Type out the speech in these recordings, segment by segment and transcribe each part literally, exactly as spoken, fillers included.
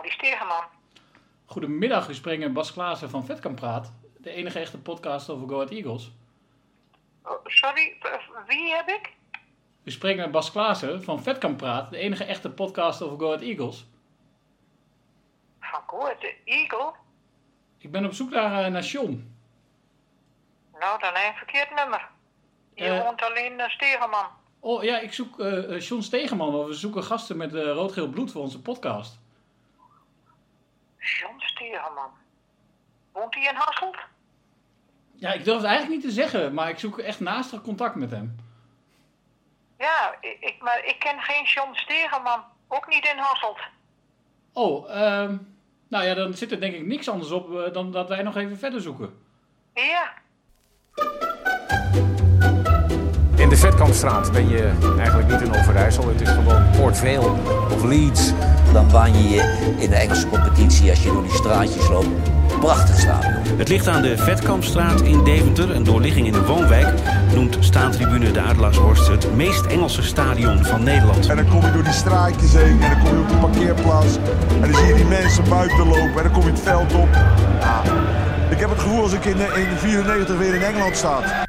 die Stegeman. Goedemiddag, u spreekt met Bas Klaassen van Vetkamp Praat. De enige echte podcast over Go Ahead Eagles. Oh, sorry, wie heb ik? U spreekt met Bas Klaassen van Vetkamp Praat. De enige echte podcast over Go Ahead Eagles. Van Go Ahead Eagle? Ik ben op zoek naar, uh, naar John. Nou, dan heb je een verkeerd nummer. Je Uh, woont alleen uh, Stegeman. Oh ja, ik zoek uh, John Stegeman. Want we zoeken gasten met uh, rood-geel bloed voor onze podcast. John Stegeman. Woont hij in Hasselt? Ja, ik durf het eigenlijk niet te zeggen, maar ik zoek echt naastig contact met hem. Ja, ik, maar ik ken geen John Stegeman. Ook niet in Hasselt. Oh, uh, nou ja, dan zit er denk ik niks anders op uh, dan dat wij nog even verder zoeken. Ja. In de Vetkampstraat ben je eigenlijk niet in Overijssel. Het is gewoon Port Vale of Leeds. Dan baan je je in de Engelse competitie als je door die straatjes loopt. Prachtig stadion. Het ligt aan de Vetkampstraat in Deventer. Een doorligging in de woonwijk noemt staantribune de Adelaarshorst het meest Engelse stadion van Nederland. En dan kom je door die straatjes heen en dan kom je op de parkeerplaats. En dan zie je die mensen buiten lopen en dan kom je het veld op. Ja, ik heb het gevoel als ik in negentien vierennegentig weer in Engeland sta.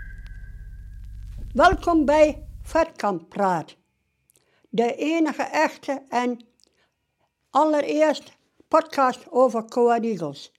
Welkom bij Vetkamp Praat. De enige echte en allereerst podcast over Go Ahead Eagles.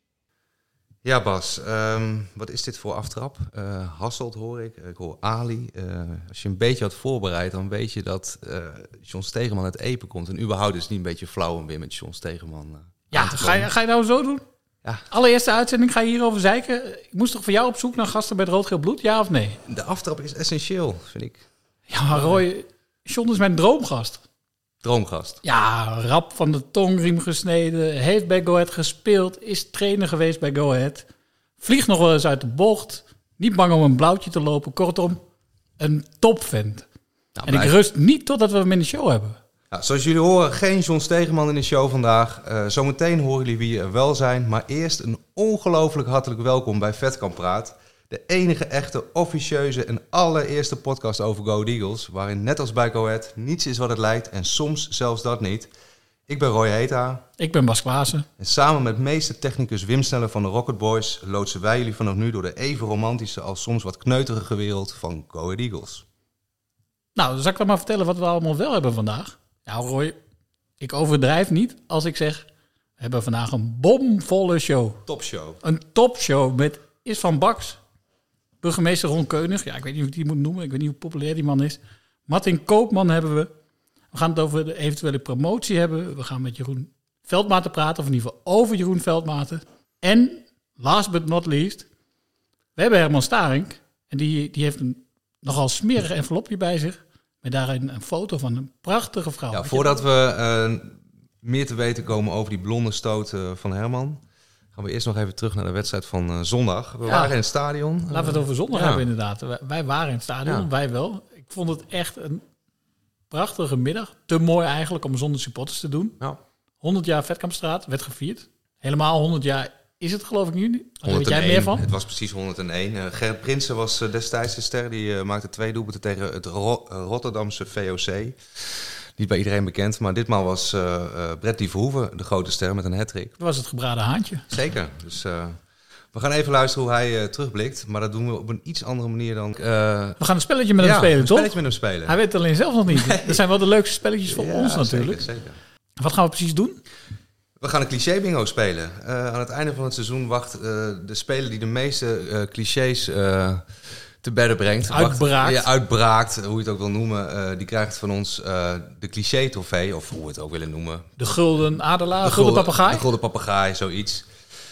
Ja Bas, um, wat is dit voor aftrap? Uh, Hasselt hoor ik, ik hoor Ali. Uh, als je een beetje had voorbereid, dan weet je dat uh, John Stegeman uit Epe komt. En überhaupt is het niet een beetje flauw om weer met John Stegeman uh, Ja, ga je, ga je nou zo doen? Ja. Allereerste uitzending, ga je hierover zeiken? Ik moest toch voor jou op zoek naar gasten met rood-geel bloed, ja of nee? De aftrap is essentieel, vind ik. Ja, maar Roy, John is mijn droomgast. Droomgast? Ja, rap van de tongriem gesneden, heeft bij Go Ahead gespeeld, is trainer geweest bij Go Ahead. Vliegt nog wel eens uit de bocht, niet bang om een blauwtje te lopen. Kortom, een topvent. Nou, en blijf... ik rust niet totdat we hem in de show hebben. Ja, zoals jullie horen, geen John Stegeman in de show vandaag. Uh, zometeen horen jullie wie er wel zijn. Maar eerst een ongelooflijk hartelijk welkom bij Vetkamp Praat. De enige echte, officieuze en allereerste podcast over Go Ahead Eagles. Waarin net als bij Go Ahead niets is wat het lijkt en soms zelfs dat niet. Ik ben Roy Heta. Ik ben Bas Klaassen. En samen met meestertechnicus Wim Sneller van de Rocket Boys loodsen wij jullie vanaf nu door de even romantische als soms wat kneuterige wereld van Go Ahead Eagles. Nou, dan zal ik dan maar vertellen wat we allemaal wel hebben vandaag. Nou Roy, ik overdrijf niet als ik zeg, we hebben vandaag een bomvolle show. Topshow. Een topshow met Is van Baks, burgemeester Ron Keunig. Ja, ik weet niet hoe ik die moet noemen, ik weet niet hoe populair die man is. Martin Koopman hebben we. We gaan het over de eventuele promotie hebben. We gaan met Jeroen Veldmaten praten, of in ieder geval over Jeroen Veldmaten. En, last but not least, we hebben Herman Starink. En die, die heeft een nogal smerig envelopje bij zich. Met daarin een foto van een prachtige vrouw. Ja, voordat we uh, meer te weten komen over die blonde stoot uh, van Herman, gaan we eerst nog even terug naar de wedstrijd van uh, zondag. We ja. waren in het stadion. Laten we het over zondag uh, hebben inderdaad. Wij, wij waren in het stadion, ja. wij wel. Ik vond het echt een prachtige middag. Te mooi eigenlijk om zonder supporters te doen. Ja. honderd jaar Vetkampstraat werd gevierd. Helemaal honderd jaar is het geloof ik nu. Daar weet jij meer van? Het was precies honderdéén. Uh, Gerrit Prinsen was uh, destijds de ster. Die uh, maakte twee doelpunten tegen het Ro- uh, Rotterdamse V O C. Niet bij iedereen bekend, maar ditmaal was uh, uh, Brett die Verhoeven de grote ster met een hattrick. Dat was het gebraden haantje. Zeker. Dus uh, we gaan even luisteren hoe hij uh, terugblikt. Maar dat doen we op een iets andere manier dan... Uh, we gaan een spelletje met ja, hem spelen, een toch? spelletje met hem spelen. Hij weet het alleen zelf nog niet. Nee. Dat zijn wel de leukste spelletjes voor ja, ons natuurlijk. Zeker, zeker. Wat gaan we precies doen? We gaan een cliché bingo spelen. Uh, aan het einde van het seizoen wacht uh, de speler die de meeste uh, clichés uh, te bedden brengt. Uitbraakt. Wacht, ja, uitbraakt, hoe je het ook wil noemen. Uh, die krijgt van ons uh, de cliché-trofee, of hoe we het ook willen noemen. De gulden adelaar, de gulden papegaai? De gulden papegaai, zoiets.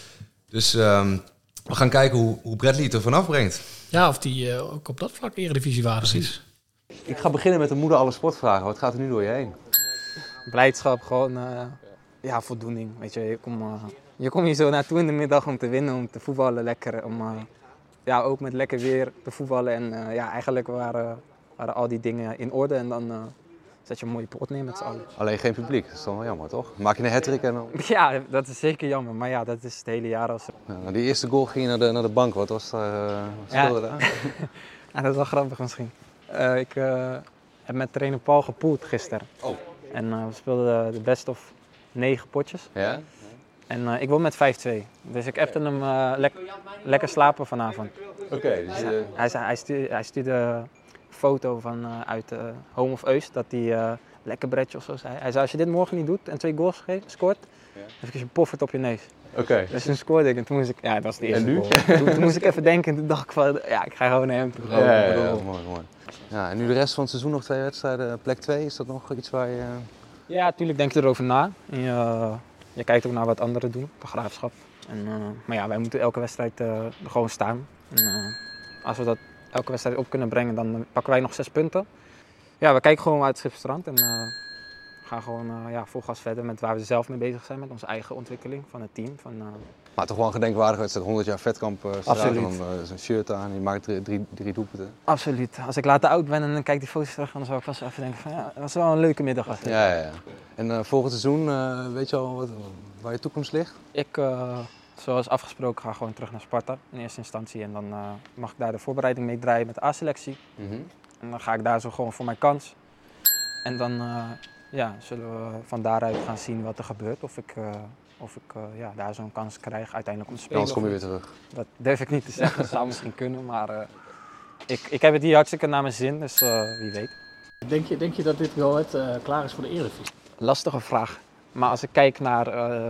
Dus um, we gaan kijken hoe, hoe Bradley het er vanaf brengt. Ja, of die uh, ook op dat vlak eredivisiewaardig is. Ik ga beginnen met de moeder alle sportvragen. Wat gaat er nu door je heen? Blijdschap, gewoon... Uh... Ja, voldoening. Weet je, je komt uh, je kom hier zo naartoe in de middag om te winnen, om te voetballen lekker. Om uh, ja, ook met lekker weer te voetballen. En uh, ja, eigenlijk waren, waren al die dingen in orde. En dan uh, zet je een mooie pot neer met z'n allen. Alleen geen publiek, dat is dan wel jammer, toch? Maak je een hattrick en dan... Ja, dat is zeker jammer. Maar ja, dat is het hele jaar als... Ja, die eerste goal ging je naar de, naar de bank. Wat was daar? Uh, wat speelde ja. daar? Ja, dat is wel grappig misschien. Uh, ik uh, heb met trainer Paul gepoeld gisteren. Oh. En uh, we speelden de best of negen potjes. Ja? En uh, ik wil met vijf twee. Dus ik appte hem uh, le- lekker slapen vanavond. Oké, okay, dus... Uh... Hij, hij, hij, stuurde, hij stuurde een foto van, uh, uit uh, Home of Eus, dat hij uh, lekker bretje of zo zei. Hij zei, als je dit morgen niet doet en twee goals ge- scoort, dan heb je een poffert op je neus. Oké. Okay. Dus toen scoorde ik en toen moest ik, ja dat was de eerste en nu? goal. Toen, toen moest ik even denken en toen dacht ik van, ja ik ga gewoon naar hem toe. Ja, ja, ja, ja, mooi, mooi. Ja, en nu de rest van het seizoen nog twee wedstrijden, plek twee, is dat nog iets waar je... Ja, natuurlijk denk je erover na. En je, uh, je kijkt ook naar wat anderen doen, de Graafschap. En, uh, maar ja, wij moeten elke wedstrijd uh, er gewoon staan. En, uh, als we dat elke wedstrijd op kunnen brengen, dan pakken wij nog zes punten. Ja, we kijken gewoon uit het Schipstrand en uh, gaan gewoon uh, ja, vol gas verder met waar we zelf mee bezig zijn, met onze eigen ontwikkeling van het team. Van, uh... Maar toch wel een gedenkwaardige wedstrijd, honderd jaar Vetkamp uh, straat, Absoluut. dan uh, zo'n shirt aan, je maakt drie, drie, drie doelpunten. Absoluut. Als ik later oud ben en dan kijk die foto's terug, dan zou ik vast even denken van ja, dat was wel een leuke middag. Ja, ja, ja. En uh, volgend seizoen, uh, weet je al wat, waar je toekomst ligt? Ik, uh, zoals afgesproken, ga gewoon terug naar Sparta in eerste instantie. En dan uh, mag ik daar de voorbereiding mee draaien met de A-selectie. Mm-hmm. En dan ga ik daar zo gewoon voor mijn kans. En dan uh, ja, zullen we van daaruit gaan zien wat er gebeurt. Of ik, uh, of ik uh, ja, daar zo'n kans krijg uiteindelijk om te spelen. Anders kom je weer terug. Dat durf ik niet te zeggen, dat zou misschien kunnen. Maar uh, ik, ik heb het hier hartstikke naar mijn zin, dus uh, wie weet. Denk je, denk je dat dit wel het, uh, klaar is voor de Eredivisie? Lastige vraag. Maar als ik kijk naar uh,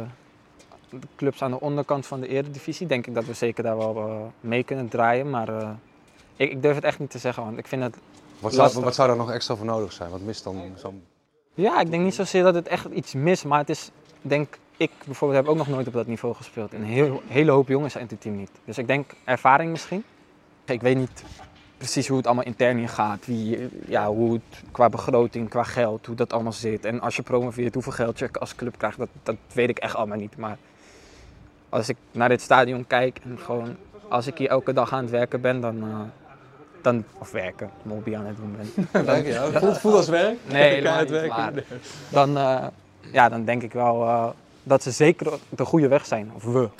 de clubs aan de onderkant van de Eredivisie, denk ik dat we zeker daar wel uh, mee kunnen draaien. Maar uh, ik, ik durf het echt niet te zeggen, want ik vind het wat zou, wat zou daar nog extra voor nodig zijn? Wat mist dan zo'n... Ja, ik denk niet zozeer dat het echt iets mist, maar het is, denk ik bijvoorbeeld, heb ook nog nooit op dat niveau gespeeld. Een heel, hele hoop jongens uit het team niet. Dus ik denk ervaring misschien. Ik weet niet precies hoe het allemaal intern hier gaat, wie, ja, hoe het qua begroting, qua geld, hoe dat allemaal zit. En als je promoveert, hoeveel geld je als club krijgt, dat, dat weet ik echt allemaal niet. Maar als ik naar dit stadion kijk en gewoon, als ik hier elke dag aan het werken ben, dan... Uh, Dan, of werken, mobby aan het doen ben. Dan, ja, voelt, voelt als werk? Nee, helemaal niet, maar dan, uh, ja, dan denk ik wel uh, dat ze zeker op de goede weg zijn, of we.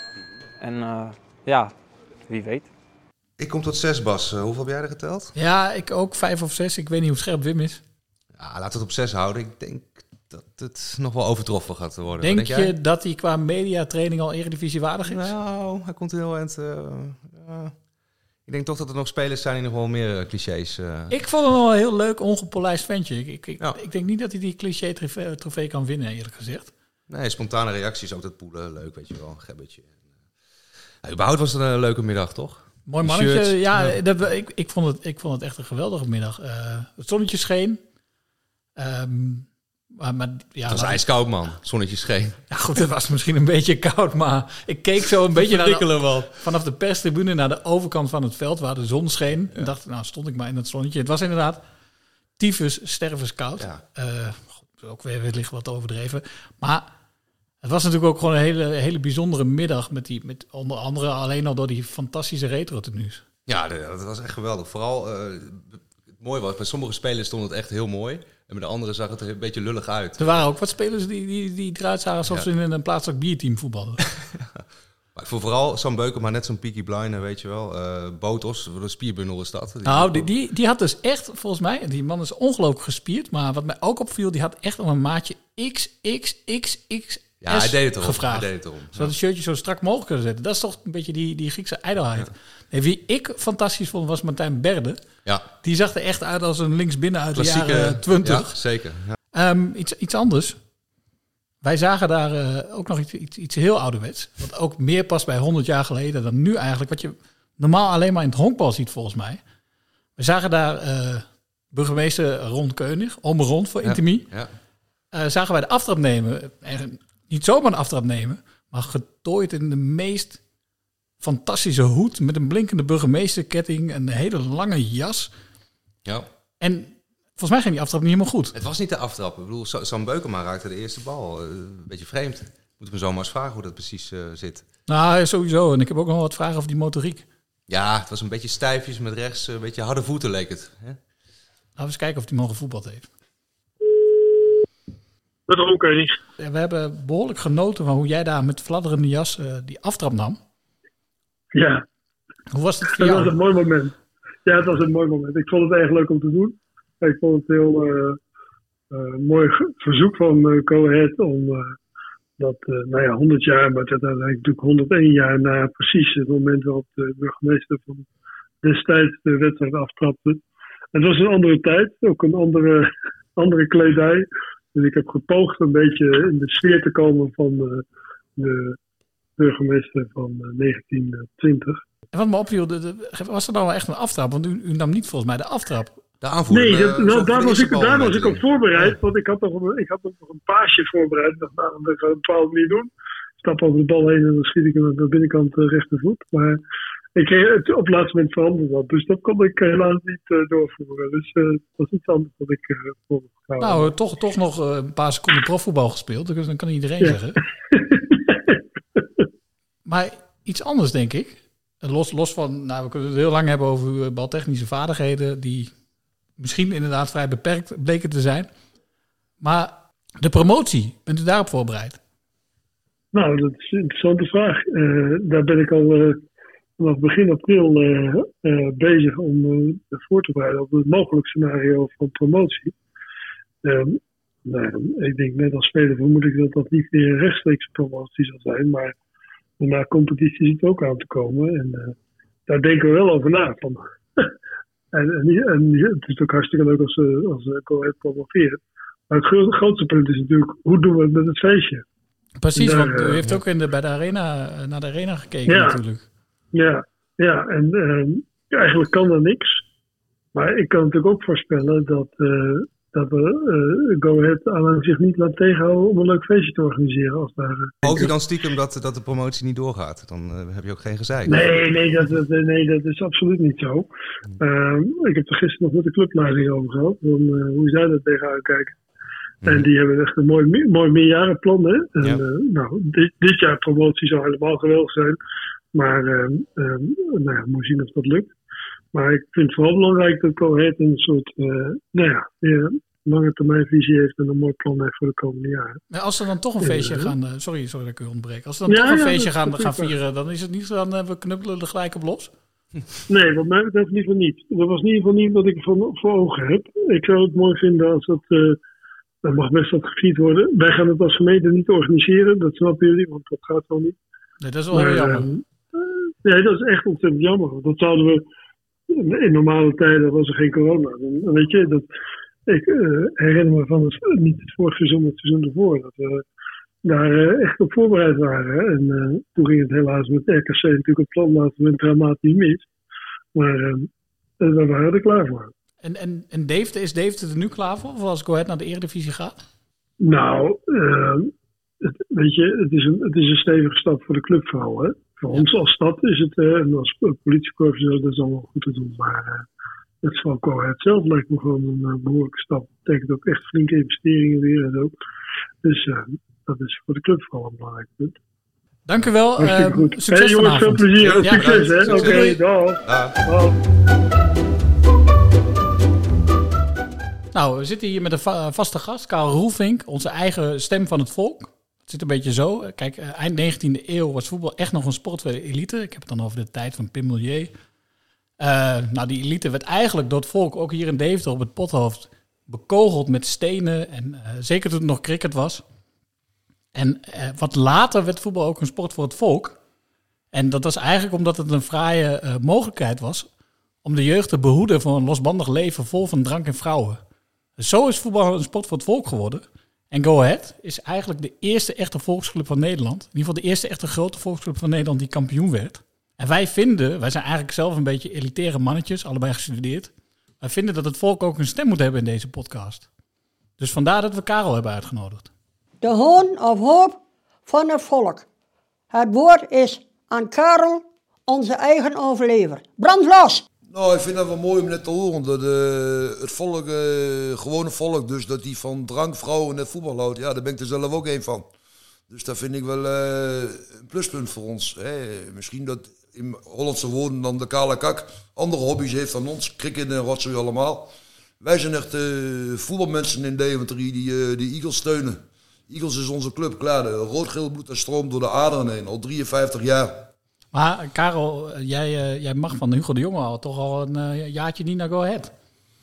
En uh, ja, wie weet. Ik kom tot zes, Bas. Uh, hoeveel heb jij er geteld? Ja, ik ook vijf of zes. Ik weet niet hoe scherp Wim is. Ja, laten we het op zes houden. Ik denk dat het nog wel overtroffen gaat worden. Denk, denk je jij? dat hij qua mediatraining al Eredivisie waardig is? Nou, hij komt heel eind... Uh, uh, Ik denk toch dat er nog spelers zijn die nog wel meer uh, clichés... Uh... Ik vond hem wel een heel leuk, ongepolijst ventje. Ik, ik, ik, ja. ik denk niet dat hij die cliché trofee, trofee kan winnen, eerlijk gezegd. Nee, spontane reacties, ook dat poelen, leuk, weet je wel, een gebbetje. Uh, überhaupt was het een leuke middag, toch? Mooi mannetje, ja, ja. Dat, ik, ik, vond het, ik vond het echt een geweldige middag. Uh, het zonnetje scheen. Um, Maar, maar, ja, het was ijskoud, man. Zonnetje scheen. Ja, goed, het was misschien een beetje koud, maar ik keek zo een beetje naar de, vanaf de perstribune naar de overkant van het veld waar de zon scheen. Ja. En dacht, nou stond ik maar in het zonnetje. Het was inderdaad tyfus, stervenskoud. Ja. Uh, goed, ook weer wellicht wat overdreven. Maar het was natuurlijk ook gewoon een hele, hele bijzondere middag met die, met onder andere alleen al door die fantastische retro-tenues. Ja, dat was echt geweldig. Vooral uh, het mooie was, bij sommige spelers stond het echt heel mooi. En bij de anderen zag het er een beetje lullig uit. Er waren ook wat spelers die, die, die eruit zagen alsof ja. ze in een plaatselijk bierteam voetbalden. Maar ik vond vooral Sam Beuken, maar net zo'n Peaky Blinder, weet je wel. Uh, Botos, wat een spierbundel is dat. Die nou, die, die, die had dus echt, volgens mij, die man is ongelooflijk gespierd. Maar wat mij ook opviel, die had echt om een maatje X X X X ja, hij deed het erom. gevraagd. Hij deed het erom. Zodat ja. het shirtje zo strak mogelijk kunnen zetten. Dat is toch een beetje die, die Griekse ijdelheid. Ja. Nee, wie ik fantastisch vond, was Martijn Berde. Ja. Die zag er echt uit als een linksbinnen uit Klassieke, de jaren twintig. Ja, zeker. Ja. Um, iets, iets anders. Wij zagen daar uh, ook nog iets, iets, iets heel ouderwets. Wat ook meer past bij honderd jaar geleden dan nu eigenlijk. Wat je normaal alleen maar in het honkbal ziet, volgens mij. We zagen daar uh, burgemeester Ron Keunig, om rond voor Intimie. Ja. Ja. Uh, zagen wij de aftrap nemen. En niet zomaar een aftrap nemen, maar getooid in de meest fantastische hoed met een blinkende burgemeesterketting, een hele lange jas. Ja. En volgens mij ging die aftrap niet helemaal goed. Het was niet de aftrap. Ik bedoel, Sam Beukema raakte de eerste bal. Uh, een beetje vreemd. Moeten we zomaar eens vragen hoe dat precies uh, zit. Nou, sowieso. En ik heb ook nog wat vragen over die motoriek. Ja, het was een beetje stijfjes met rechts, een beetje harde voeten leek het. Hè? Laten we eens kijken of hij mogen gevoetbald heeft. Dat ook niet. We hebben behoorlijk genoten van hoe jij daar met fladderende jas uh, die aftrap nam. Ja. Hoe was het voor dat jou? was een mooi moment. Ja, het was een mooi moment. Ik vond het erg leuk om te doen. Ik vond het heel uh, uh, mooi verzoek van uh, Go Ahead om uh, dat, uh, nou ja, honderd jaar, maar het werd uiteindelijk natuurlijk honderdéén jaar na precies het moment waarop de burgemeester van destijds de wedstrijd aftrapte. En het was een andere tijd, ook een andere, andere kledij. Dus ik heb gepoogd een beetje in de sfeer te komen van uh, de burgemeester van uh, negentien twintig. En wat me opviel, de, de, was er dan wel echt een aftrap? Want u, u nam niet volgens mij de aftrap. De aanvoerder. Nee, dat, uh, nou, daar was ik, daar was ik op voorbereid. Ja. Want ik had, nog, ik had nog een paasje voorbereid. Ik dacht, nou, dat ga ik op een bepaalde manier doen. Ik stap over de bal heen en dan schiet ik hem aan de binnenkant uh, rechtervoet. Maar ik kreeg het op het laatste moment veranderd wat. Dus dat kon ik helaas niet uh, doorvoeren. Dus uh, dat was iets anders wat ik uh, voor me Nou, toch, toch nog uh, een paar seconden profvoetbal gespeeld. Dus dan kan iedereen ja. zeggen. Maar iets anders, denk ik. Los, los van, nou, we kunnen het heel lang hebben over uw baltechnische vaardigheden, die misschien inderdaad vrij beperkt bleken te zijn. Maar de promotie, bent u daarop voorbereid? Nou, dat is een interessante vraag. Uh, daar ben ik al uh, vanaf begin april uh, uh, bezig om uh, voor te bereiden op het mogelijk scenario van promotie. Um, nou, ik denk net als speler vermoed ik dat dat niet meer een rechtstreekse promotie zal zijn, maar na competitie zit ook aan te komen. En uh, daar denken we wel over na. Van. en, en, en het is ook hartstikke leuk als ze als ze Go Ahead promoveren. Maar het gro- grootste punt is natuurlijk, hoe doen we het met het feestje? Precies, daar, want u uh, heeft ook in de, bij de arena, naar de arena gekeken ja, natuurlijk. Ja, ja en uh, eigenlijk kan er niks. Maar ik kan natuurlijk ook voorspellen dat, uh, dat we uh, Go Ahead aan zich niet laat tegenhouden om een leuk feestje te organiseren. Als daar, uh, Hoopt u dan stiekem dat, dat de promotie niet doorgaat? Dan uh, heb je ook geen gezeik. Nee, nee dat, dat, nee, dat is absoluut niet zo. Uh, ik heb er gisteren nog met de clubleiding over gehad. Van, uh, hoe zij daar tegenaan kijken. Mm. En die hebben echt een mooi, mooi meerjarenplan. Hè? En, ja. uh, nou, dit, dit jaar promotie zou helemaal geweldig zijn. Maar uh, uh, nou ja, moet zien of dat lukt. Maar ik vind het vooral belangrijk dat Go Ahead een soort uh, nou ja, uh, lange termijn visie heeft en een mooi plan heeft voor de komende jaren. Maar als ze dan toch een feestje uh, gaan... Uh, sorry, sorry dat ik u ontbreek. Als ze dan ja, toch een ja, feestje gaan, gaan vieren, dan is het niet zo, dan uh, we knuppelen er gelijk op los? Nee, wat mij betreft in ieder geval niet. Dat was in ieder geval niet wat ik voor, voor ogen heb. Ik zou het mooi vinden als dat... Uh, dat mag best wat gevierd worden. Wij gaan het als gemeente niet organiseren, dat snappen jullie, want dat gaat wel niet. Nee, dat is wel maar, heel jammer. Uh, nee, dat is echt ontzettend jammer. Dat zouden we... In normale tijden was er geen corona. Dan, weet je, dat, ik uh, herinner me van het, niet het vorige seizoen, maar het seizoen ervoor, dat we daar uh, echt op voorbereid waren. En uh, toen ging het helaas met R K C natuurlijk op plan laten we een dramatisch mis. Maar uh, we waren er klaar voor. En, en, en Deventer, is Deventer er nu klaar voor? Of als Go Ahead naar de Eredivisie gaat? Nou, uh, het, weet je, het is, een, het is een stevige stap voor de club vooral, hè. Voor ja. ons als stad is het, uh, en als politiekorps, dat is allemaal goed te doen. Maar uh, het zal Go Ahead zelf lijkt me gewoon een uh, behoorlijke stap. Dat betekent ook echt flinke investeringen weer en zo. Dus uh, dat is voor de club vooral een belangrijk punt. Dank u wel. Uh, succes hey, jongens, vanavond. veel plezier. Ja, succes, hè. Oké, okay, dag. Nou, we zitten hier met een va- vaste gast, Karel Roelvink, onze eigen stem van het volk. Het zit een beetje zo. Kijk, eind negentiende eeuw was voetbal echt nog een sport voor de elite. Ik heb het dan over de tijd van Pim Mulier. Uh, nou, die elite werd eigenlijk door het volk, ook hier in Deventer op het Pothoofd, bekogeld met stenen. En uh, zeker toen het nog cricket was. En uh, wat later werd voetbal ook een sport voor het volk. En dat was eigenlijk omdat het een fraaie uh, mogelijkheid was om de jeugd te behoeden voor een losbandig leven vol van drank en vrouwen. Dus zo is voetbal een sport voor het volk geworden. En Go Ahead is eigenlijk de eerste echte volksclub van Nederland. In ieder geval de eerste echte grote volksclub van Nederland die kampioen werd. En wij vinden, wij zijn eigenlijk zelf een beetje elitaire mannetjes, allebei gestudeerd. Wij vinden dat het volk ook een stem moet hebben in deze podcast. Dus vandaar dat we Karel hebben uitgenodigd. De hoon of hoop van het volk. Het woord is aan Karel, onze eigen overlever. Brand los! Nou, ik vind dat wel mooi om net te horen. Dat uh, het volk, uh, gewone volk, dus dat die van drank, vrouwen en voetbal houdt. Ja, daar ben ik er zelf ook een van. Dus dat vind ik wel uh, een pluspunt voor ons. Hè. Misschien dat in Hollandse woorden dan de kale kak andere hobby's heeft dan ons. Cricket en rotzooi allemaal. Wij zijn echt uh, voetbalmensen in Deventer die, die, uh, die Eagles steunen. Eagles is onze club, klaar. De rood-geel bloed dat stroomt door de aderen heen, al drieënvijftig jaar. Maar Karel, jij, uh, jij mag van Hugo de Jonge al toch al een uh, jaartje niet naar Go Ahead.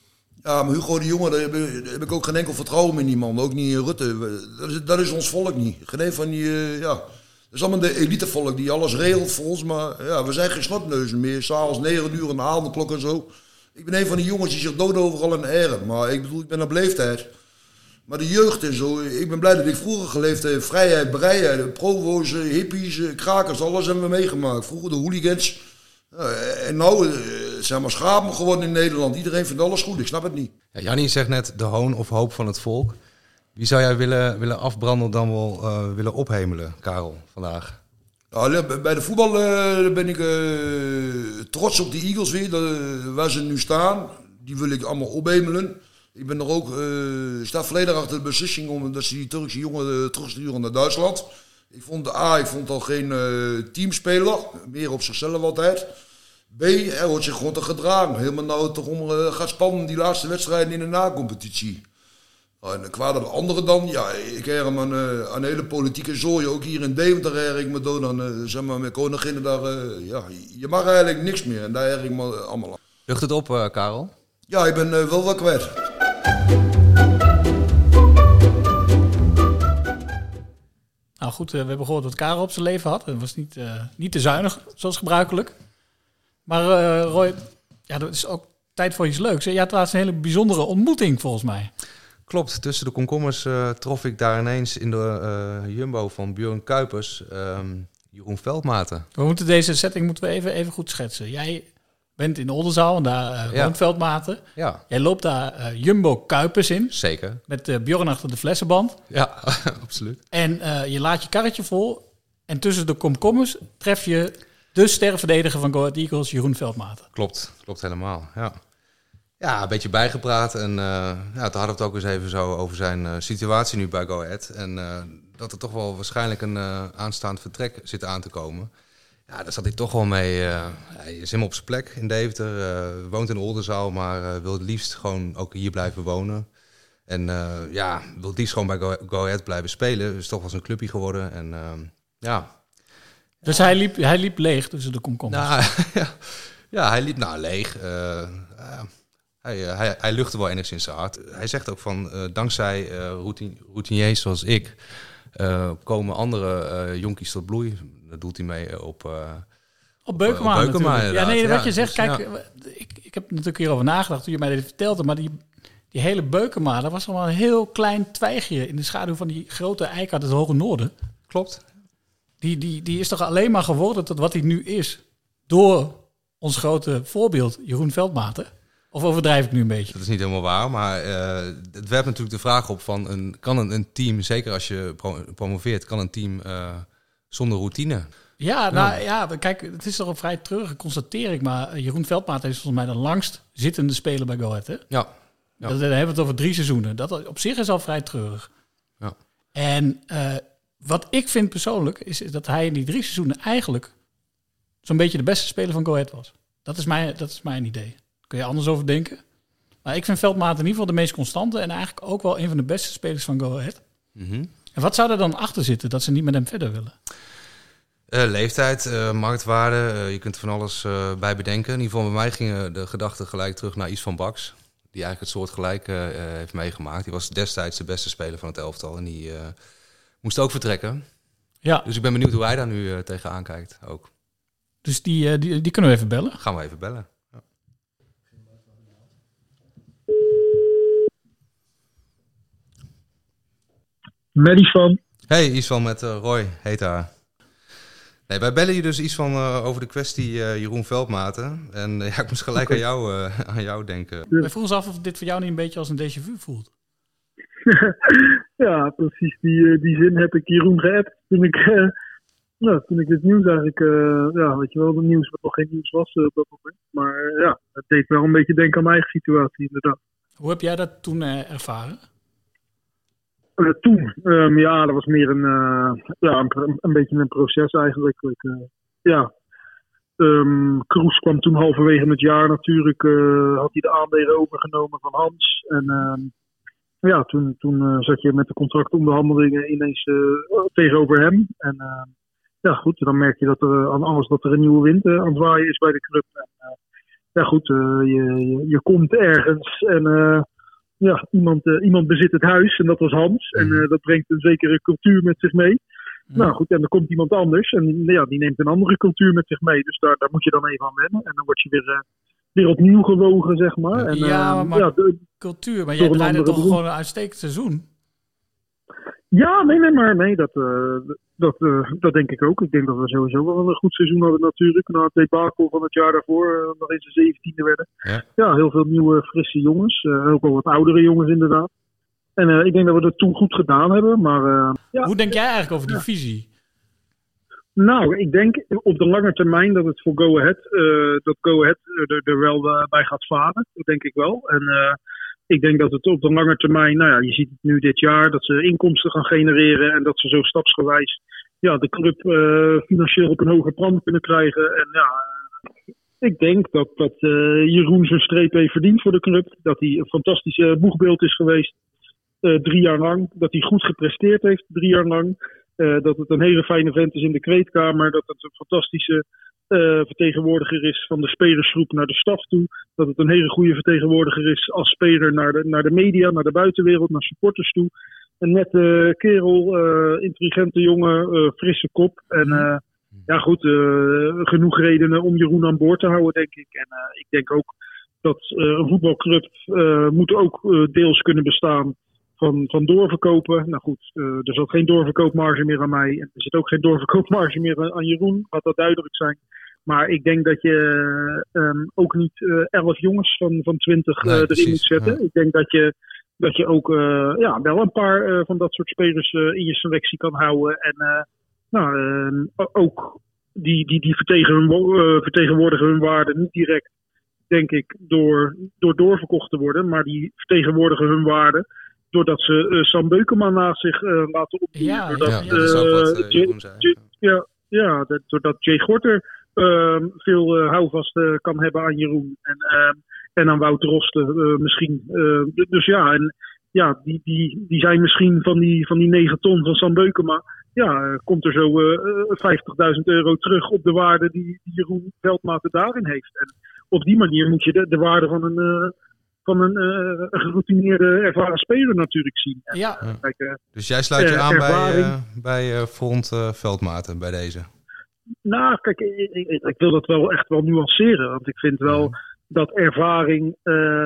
Ja, maar Hugo de Jonge, daar heb, ik, daar heb ik ook geen enkel vertrouwen in die man. Ook niet in Rutte. Dat is, dat is ons volk niet. Geen een van die, uh, ja... Dat is allemaal de elitevolk die alles regelt voor ons. Maar ja, we zijn geen snotneuzen meer. S'avonds negen uur en de avondklok en zo. Ik ben een van die jongens die zich dood overal in eren. Maar ik bedoel, ik ben op leeftijd. Maar de jeugd en zo. Ik ben blij dat ik vroeger geleefd heb. Vrijheid, bereidheid, provo's, hippies, krakers. Alles hebben we meegemaakt. Vroeger de hooligans. Ja, en nou uh, zijn we schapen geworden in Nederland. Iedereen vindt alles goed. Ik snap het niet. Ja, Jannie zegt net de hoon of hoop van het volk. Wie zou jij willen, willen afbranden dan wel uh, willen ophemelen, Karel, vandaag? Ja, bij de voetbal uh, ben ik uh, trots op de Eagles weer, de, waar ze nu staan. Die wil ik allemaal ophemelen. Ik ben er ook, uh, sta volledig achter de beslissing om dat ze die Turkse jongen uh, terugsturen naar Duitsland. Ik vond A, ik vond al geen uh, teamspeler, meer op zichzelf altijd. B, hij wordt zich gewoon te gedragen. Helemaal nou toch om uh, gaat spannen die laatste wedstrijden in de na-competitie. En kwaad de anderen dan, ja, ik erg hem aan, uh, aan hele politieke zooi, ook hier in Deventer erg ik me dood aan, uh, zeg maar, met koninginnen daar, uh, ja, je mag eigenlijk niks meer en daar erg ik me uh, allemaal aan. Lucht het op, uh, Karel? Ja, ik ben uh, wel wat kwijt. Nou goed, uh, we hebben gehoord wat Karel op zijn leven had. Het was niet, uh, niet te zuinig, zoals gebruikelijk. Maar uh, Roy, ja, dat is ook tijd voor iets leuks. Hè? Je had laatst een hele bijzondere ontmoeting, volgens mij. Klopt, tussen de komkommers uh, trof ik daar ineens in de uh, Jumbo van Björn Kuipers um, Jeroen Veldmaten. We moeten deze setting moeten we even, even goed schetsen. Jij bent in de Oldenzaal en daar uh, ja. woont Veldmaten. Ja. Jij loopt daar uh, Jumbo Kuipers in. Zeker. Met uh, Björn achter de flessenband. Ja, absoluut. En uh, je laat je karretje vol. En tussen de komkommers tref je de sterverdediger van Go Ahead Eagles, Jeroen Veldmaten. Klopt, klopt helemaal, ja. Ja, een beetje bijgepraat en uh, ja, toen hadden we het ook eens even zo over zijn uh, situatie nu bij Go Ahead. En uh, dat er toch wel waarschijnlijk een uh, aanstaand vertrek zit aan te komen. Ja, daar zat hij toch wel mee. Uh, hij is helemaal op zijn plek in Deventer, uh, woont in Oldenzaal, maar uh, wil het liefst gewoon ook hier blijven wonen. En uh, ja, wil het liefst gewoon bij Go, Go Ahead blijven spelen. Dus toch was een clubje geworden en uh, ja. Dus hij liep, hij liep leeg tussen de komkommers? Nou, ja, ja, hij liep nou leeg. Uh, uh, Hij, uh, hij, hij luchtte wel enigszins zijn hart. Hij zegt ook van, uh, dankzij uh, routine, routiniers zoals ik, uh, komen andere uh, jonkies tot bloei. Dat doet hij mee op... Uh, op Beukema, op Beukema Ja, nee, wat ja, je zegt, dus, kijk, ja. ik, ik heb natuurlijk hierover nagedacht toen je mij dit vertelde, maar die, die hele Beukema, dat was allemaal een heel klein twijgje in de schaduw van die grote eik uit het Hoge Noorden. Klopt. Die, die, die is toch alleen maar geworden tot wat hij nu is, door ons grote voorbeeld, Jeroen Veldmaten. Of overdrijf ik nu een beetje? Dat is niet helemaal waar, maar uh, het werpt natuurlijk de vraag op van, een, kan een, een team, zeker als je pro- promoveert, kan een team uh, zonder routine? Ja, nou ja, kijk, het is toch een vrij treurige constatering, maar Jeroen Veldmaten is volgens mij de langst zittende speler bij Go Ahead, hè? Ja. ja. Dat, dan hebben we het over drie seizoenen. Dat op zich is al vrij treurig. Ja. En uh, wat ik vind persoonlijk, is, is dat hij in die drie seizoenen eigenlijk zo'n beetje de beste speler van Go Ahead was. Dat is mijn, dat is mijn idee. Kun je anders over denken. Maar ik vind Veldmaten in ieder geval de meest constante en eigenlijk ook wel een van de beste spelers van Go Ahead. Mm-hmm. En wat zou er dan achter zitten dat ze niet met hem verder willen? Uh, leeftijd, uh, marktwaarde, uh, je kunt er van alles uh, bij bedenken. In ieder geval bij mij gingen de gedachten gelijk terug naar Yves van Baks. Die eigenlijk het soort gelijk uh, heeft meegemaakt. Die was destijds de beste speler van het elftal en die uh, moest ook vertrekken. Ja. Dus ik ben benieuwd hoe hij daar nu uh, tegenaan kijkt ook. Dus die, uh, die, die kunnen we even bellen? Gaan we even bellen. Met Isvan. Hey, Isvan met uh, Roy, heet haar. Nee, wij bellen je dus iets van uh, over de kwestie uh, Jeroen Veldmaten. En uh, ja, ik moest gelijk okay. aan, jou, uh, aan jou denken. Ja. We vroegen ons af of dit voor jou niet een beetje als een déjà vu voelt. Ja, precies. Die, die zin heb ik Jeroen geappt toen ik, uh, ja, toen ik het nieuws eigenlijk... Uh, ja, weet je wel, het nieuws wat nog geen nieuws was uh, op dat moment. Maar uh, ja, het deed wel een beetje denken aan mijn eigen situatie inderdaad. Hoe heb jij dat toen uh, ervaren? Uh, toen? Um, ja, dat was meer een, uh, ja, een, een beetje een proces eigenlijk. Uh, ja. Um, Kroes kwam toen halverwege het jaar natuurlijk, uh, had hij de aandelen overgenomen van Hans. En uh, ja, toen, toen uh, zat je met de contractonderhandelingen ineens uh, tegenover hem. En uh, ja goed, dan merk je dat er aan alles dat er een nieuwe wind uh, aan het waaien is bij de club. En, uh, ja goed, uh, je, je, je komt ergens en uh, ja, iemand, uh, iemand bezit het huis en dat was Hans. En uh, dat brengt een zekere cultuur met zich mee. Mm. Nou goed, en dan komt iemand anders en ja, die neemt een andere cultuur met zich mee. Dus daar, daar moet je dan even aan wennen. En dan word je weer, uh, weer opnieuw gewogen, zeg maar. En, ja, uh, maar ja, de, cultuur, maar jij draaide toch gewoon een uitstekend seizoen? Ja, nee, nee, maar nee, dat, uh, dat, uh, dat denk ik ook. Ik denk dat we sowieso wel een goed seizoen hadden natuurlijk. Na het debacle van het jaar daarvoor, uh, nog eens de zeventiende werden. Ja. ja, heel veel nieuwe, frisse jongens. Uh, ook wel wat oudere jongens inderdaad. En uh, ik denk dat we dat toen goed gedaan hebben. Maar, uh, ja. Hoe denk jij eigenlijk over die ja. visie? Nou, ik denk op de lange termijn dat het voor Go Ahead, uh, dat Go Ahead er, er wel uh, bij gaat varen. Dat denk ik wel. En uh, ik denk dat het op de lange termijn, nou ja, je ziet het nu dit jaar, dat ze inkomsten gaan genereren en dat ze zo stapsgewijs ja, de club uh, financieel op een hoger plan kunnen krijgen. En ja, ik denk dat, dat uh, Jeroen zijn streep heeft verdiend voor de club. Dat hij een fantastische boegbeeld is geweest, uh, drie jaar lang. Dat hij goed gepresteerd heeft, drie jaar lang. Uh, dat het een hele fijne vent is in de kleedkamer. Dat het een fantastische uh, vertegenwoordiger is van de spelersgroep naar de staf toe. Dat het een hele goede vertegenwoordiger is als speler naar de, naar de media, naar de buitenwereld, naar supporters toe. Een nette kerel, uh, intelligente jongen, uh, frisse kop. En uh, ja goed, uh, genoeg redenen om Jeroen aan boord te houden, denk ik. En uh, ik denk ook dat uh, een voetbalclub uh, moet ook uh, deels kunnen bestaan Van, van doorverkopen. Nou goed, uh, er zat geen doorverkoopmarge meer aan mij. En er zit ook geen doorverkoopmarge meer aan Jeroen. Laat dat duidelijk zijn. Maar ik denk dat je um, ook niet uh, elf jongens van, van twintig uh, nee, erin precies, moet zetten. Ja. Ik denk dat je, dat je ook uh, ja, wel een paar uh, van dat soort spelers uh, in je selectie kan houden. En uh, nou, uh, ook die, die, die vertegenwo- uh, vertegenwoordigen hun waarde niet direct, denk ik, door, door doorverkocht te worden. Maar die vertegenwoordigen hun waarde doordat ze uh, Sam Beukema naast zich uh, laten opdienen. Ja, doordat, ja, ja, dat is ook wat uh, Jeroen zei. J- ja, ja dat, doordat Jay Gorter uh, veel uh, houvast uh, kan hebben aan Jeroen. En, uh, en aan Wouter Rosten uh, misschien. Uh, d- dus ja, en, ja die, die, die zijn misschien van die, van die negen ton van Sam Beukema. Ja, uh, komt er zo uh, vijftigduizend euro terug op de waarde die, die Jeroen Veldmaten daarin heeft. En op die manier moet je de, de waarde van een... Uh, van een, uh, een geroutineerde, ervaren speler natuurlijk zien. En, ja. uh, kijk, uh, dus jij sluit je uh, aan ervaring. bij, uh, bij uh, Front uh, Veldmaten, bij deze? Nou, kijk, ik, ik, ik wil dat wel echt wel nuanceren. Want ik vind wel ja. dat ervaring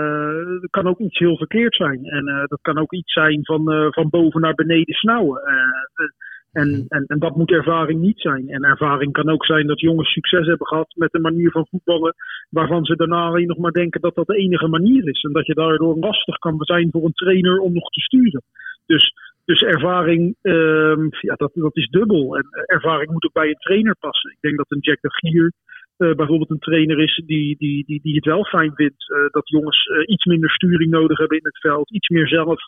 uh, kan ook iets heel verkeerd zijn. En uh, dat kan ook iets zijn van, uh, van boven naar beneden snauwen. Uh, uh, En, en, en dat moet ervaring niet zijn. En ervaring kan ook zijn dat jongens succes hebben gehad met een manier van voetballen waarvan ze daarna alleen nog maar denken dat dat de enige manier is. En dat je daardoor lastig kan zijn voor een trainer om nog te sturen. Dus, dus ervaring, um, ja, dat, dat is dubbel. En ervaring moet ook bij een trainer passen. Ik denk dat een Jack de Gier uh, bijvoorbeeld een trainer is die, die, die, die het wel fijn vindt. Uh, dat jongens uh, iets minder sturing nodig hebben in het veld. Iets meer zelf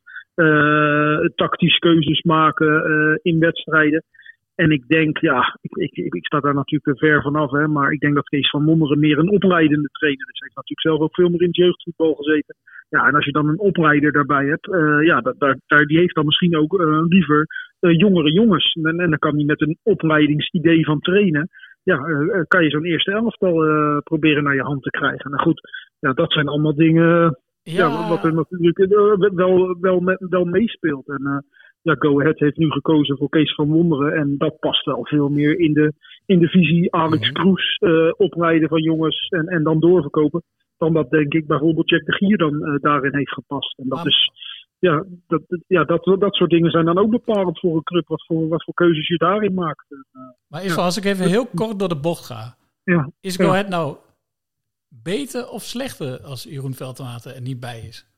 uh, tactisch keuzes maken uh, in wedstrijden. En ik denk, ja, ik, ik, ik, ik sta daar natuurlijk ver vanaf, hè, maar ik denk dat Kees van Wonderen meer een opleidende trainer is. Hij heeft natuurlijk zelf ook veel meer in het jeugdvoetbal gezeten. Ja, en als je dan een opleider daarbij hebt, uh, ja, dat, daar, daar, die heeft dan misschien ook uh, liever uh, jongere jongens. En, en dan kan hij met een opleidingsidee van trainen, ja, uh, kan je zo'n eerste elftal uh, proberen naar je hand te krijgen. Nou goed, ja, dat zijn allemaal dingen ja. Ja, wat er natuurlijk uh, wel, wel, me, wel meespeelt. En uh, ja, Go Ahead heeft nu gekozen voor Kees van Wonderen. En dat past wel veel meer in de, in de visie Alex Kroes uh, opleiden van jongens en, en dan doorverkopen. Dan dat denk ik bijvoorbeeld Jack de Gier dan uh, daarin heeft gepast. En dat is, ja, dat, ja dat, dat soort dingen zijn dan ook bepalend voor een club. Wat voor, wat voor keuzes je daarin maakt. Uh, maar Isval, ja. als ik even heel kort door de bocht ga. Ja. Is Go Ahead nou beter of slechter als Jeroen Veldmaten er niet bij is?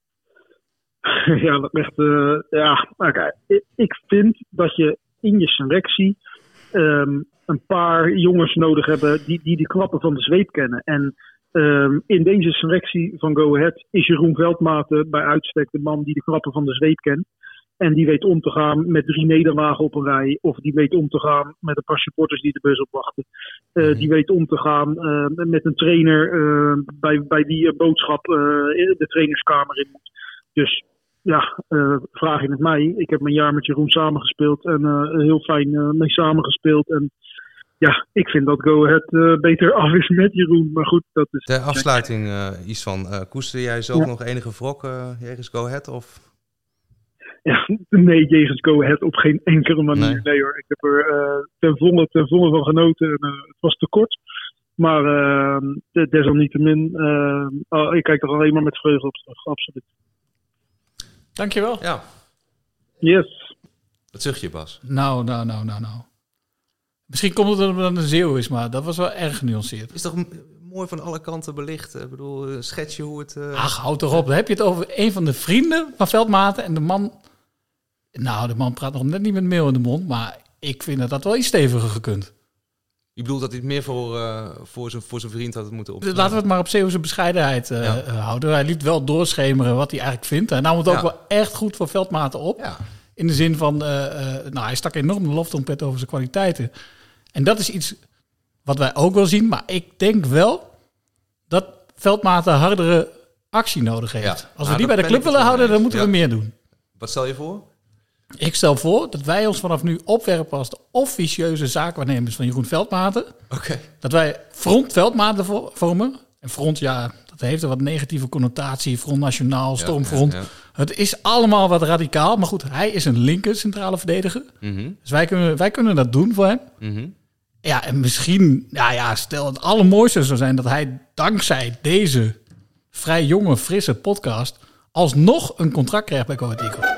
Ja, dat ligt, uh, ja, okay. ik, ik vind dat je in je selectie um, een paar jongens nodig hebben die, die die klappen van de zweep kennen. En um, in deze selectie van Go Ahead is Jeroen Veldmaten bij uitstek de man die de klappen van de zweep kent. En die weet om te gaan met drie nederlagen op een rij. Of die weet om te gaan met een paar supporters die de bus opwachten. Uh, die weet om te gaan uh, met een trainer uh, bij, bij wie een boodschap uh, in de trainerskamer in moet. Dus ja, uh, vraag je het mij. Ik heb een jaar met Jeroen samengespeeld en uh, heel fijn uh, mee samengespeeld. En ja, ik vind dat Go Ahead uh, beter af is met Jeroen. Maar goed, dat is... Ter afsluiting, uh, Istvan, uh, koester jij zelf Ja. nog enige wrok uh, jegens Go Ahead? Of? Ja, nee, jegens Go Ahead op geen enkele manier. Nee. Nee, hoor, ik heb er uh, ten volle, ten volle van genoten. En, uh, het was te kort. Maar uh, desalniettemin, uh, oh, ik kijk er alleen maar met vreugde op terug. Absoluut. Dankjewel. Ja. Yes. Wat zucht je, Bas? Nou, nou, nou, nou, nou. Misschien komt het omdat het een Zeeuw is, maar dat was wel erg genuanceerd. Is toch m- mooi van alle kanten belicht? Ik bedoel, uh, schets je hoe het... Uh... Ach, houd toch op. Dan heb je het over een van de vrienden van Veldmaten. En de man... Nou, de man praat nog net niet met meel in de mond. Maar ik vind dat dat wel iets steviger gekund. Je bedoelt dat hij het meer voor, uh, voor, zijn, voor zijn vriend had moeten opnemen? Laten we het maar op Zeeuwse bescheidenheid uh, Ja. uh, houden. Hij liet wel doorschemeren wat hij eigenlijk vindt. Hij nam het ook Ja. wel echt goed voor Veldmaten op. Ja. In de zin van... Uh, uh, nou, hij stak enorm de loftrompet over zijn kwaliteiten. En dat is iets wat wij ook wel zien. Maar ik denk wel dat Veldmaten hardere actie nodig heeft. Ja. Als we Nou, die daar bij de ben club ik het willen wel houden, mee dan eens. moeten Ja. we meer doen. Wat stel je voor? Ik stel voor dat wij ons vanaf nu opwerpen als de officieuze zaakwaarnemers van Jeroen Veldmaten. Oké. Dat wij Front Veldmaten vo- vormen. En Front, ja, dat heeft een wat negatieve connotatie. Front Nationaal, Stormfront. ja, ja. Het is allemaal wat radicaal. Maar goed, hij is een linker centrale verdediger. Mhm. Dus wij kunnen, wij kunnen dat doen voor hem. Mhm. Ja, en misschien, ja, ja, stel het allermooiste zou zijn dat hij dankzij deze vrij jonge, frisse podcast alsnog een contract krijgt bij Go Ahead Eagles.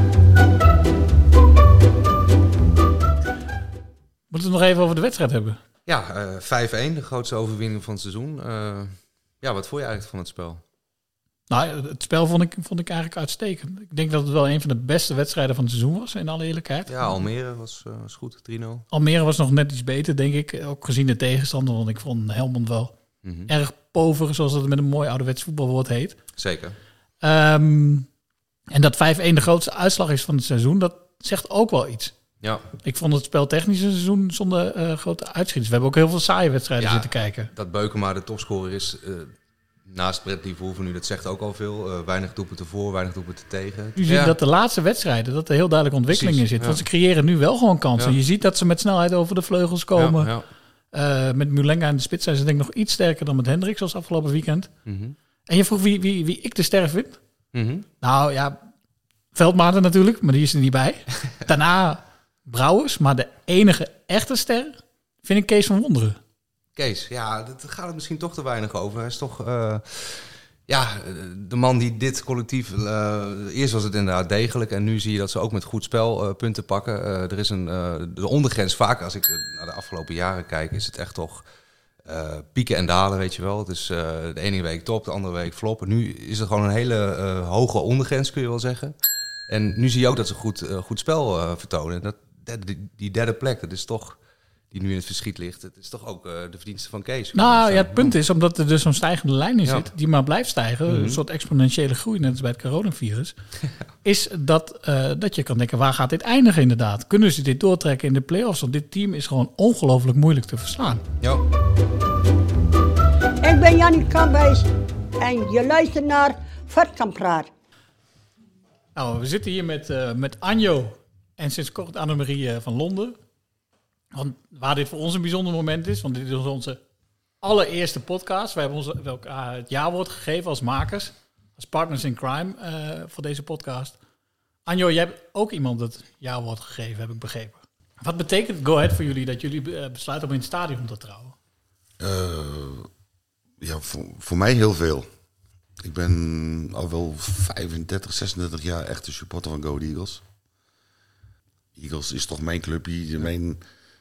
Moeten we het nog even over de wedstrijd hebben? Ja, uh, vijf-één, de grootste overwinning van het seizoen. Uh, ja, wat vond je eigenlijk van het spel? Nou, het spel vond ik, vond ik eigenlijk uitstekend. Ik denk dat het wel een van de beste wedstrijden van het seizoen was, in alle eerlijkheid. Ja, Almere was, uh, was goed, drie nul. Almere was nog net iets beter, denk ik. Ook gezien de tegenstander, want ik vond Helmond wel Mm-hmm. erg pover, zoals het met een mooi ouderwets voetbalwoord heet. Zeker. Um, en dat vijf-één de grootste uitslag is van het seizoen, dat zegt ook wel iets. Ja. Ik vond het spel technisch een seizoen zonder uh, grote uitschieters. We hebben ook heel veel saaie wedstrijden Ja, zitten kijken. Dat Beukema de topscorer is, uh, naast Bradley Verhoeven nu, dat zegt ook al veel. Uh, weinig doelpunten voor, weinig doelpunten tegen. Nu zie je ja. dat de laatste wedstrijden, dat er heel duidelijk ontwikkeling in zit. Ja. Want ze creëren nu wel gewoon kansen. Ja. Je ziet dat ze met snelheid over de vleugels komen. Ja, ja. Uh, met Mulenga in de spits zijn ze denk ik nog iets sterker dan met Hendricks, zoals afgelopen weekend. Mm-hmm. En je vroeg wie, wie, wie ik de ster vind? Mm-hmm. Nou ja, Veldmaten natuurlijk, maar die is er niet bij. Daarna Brouwers, maar de enige echte ster vind ik Kees van Wonderen. Kees, ja, daar gaat het misschien toch te weinig over. Hij is toch, uh, ja, de man die dit collectief... Uh, eerst was het inderdaad degelijk en nu zie je dat ze ook met goed spel uh, punten pakken. Uh, er is een, uh, de ondergrens, vaak als ik uh, naar de afgelopen jaren kijk, is het echt toch uh, pieken en dalen, weet je wel. Het is uh, de ene week top, de andere week flop. En nu is er gewoon een hele uh, hoge ondergrens, kun je wel zeggen. En nu zie je ook dat ze goed, uh, goed spel uh, vertonen. Dat, die, die derde plek, dat is toch... die nu in het verschiet ligt, het is toch ook uh, de verdienste van Kees. Nou ja, het punt is, omdat er dus zo'n stijgende lijn in Ja. zit, die maar blijft stijgen, Mm-hmm. een soort exponentiële groei, net als bij het coronavirus, is dat, uh, dat je kan denken, waar gaat dit eindigen inderdaad? Kunnen ze dit doortrekken in de play-offs? Want dit team is gewoon ongelooflijk moeilijk te verslaan. Ja. Ik ben Jannie Kambeis en je luistert naar Vetkamppraat. Nou, we zitten hier met, uh, met Anjo en sinds kort Annemarie uh, van Londen. Want waar dit voor ons een bijzonder moment is, want dit is onze allereerste podcast. We hebben ons elkaar het jaarwoord gegeven als makers, als partners in crime uh, voor deze podcast. Anjo, jij hebt ook iemand het jaarwoord gegeven, heb ik begrepen. Wat betekent Go Ahead voor jullie dat jullie uh, besluiten om in het stadion te trouwen? Uh, ja, voor, voor mij heel veel. Ik ben al wel vijfendertig, zesendertig jaar echte supporter van Go Ahead Eagles. Eagles is toch mijn clubje, mijn...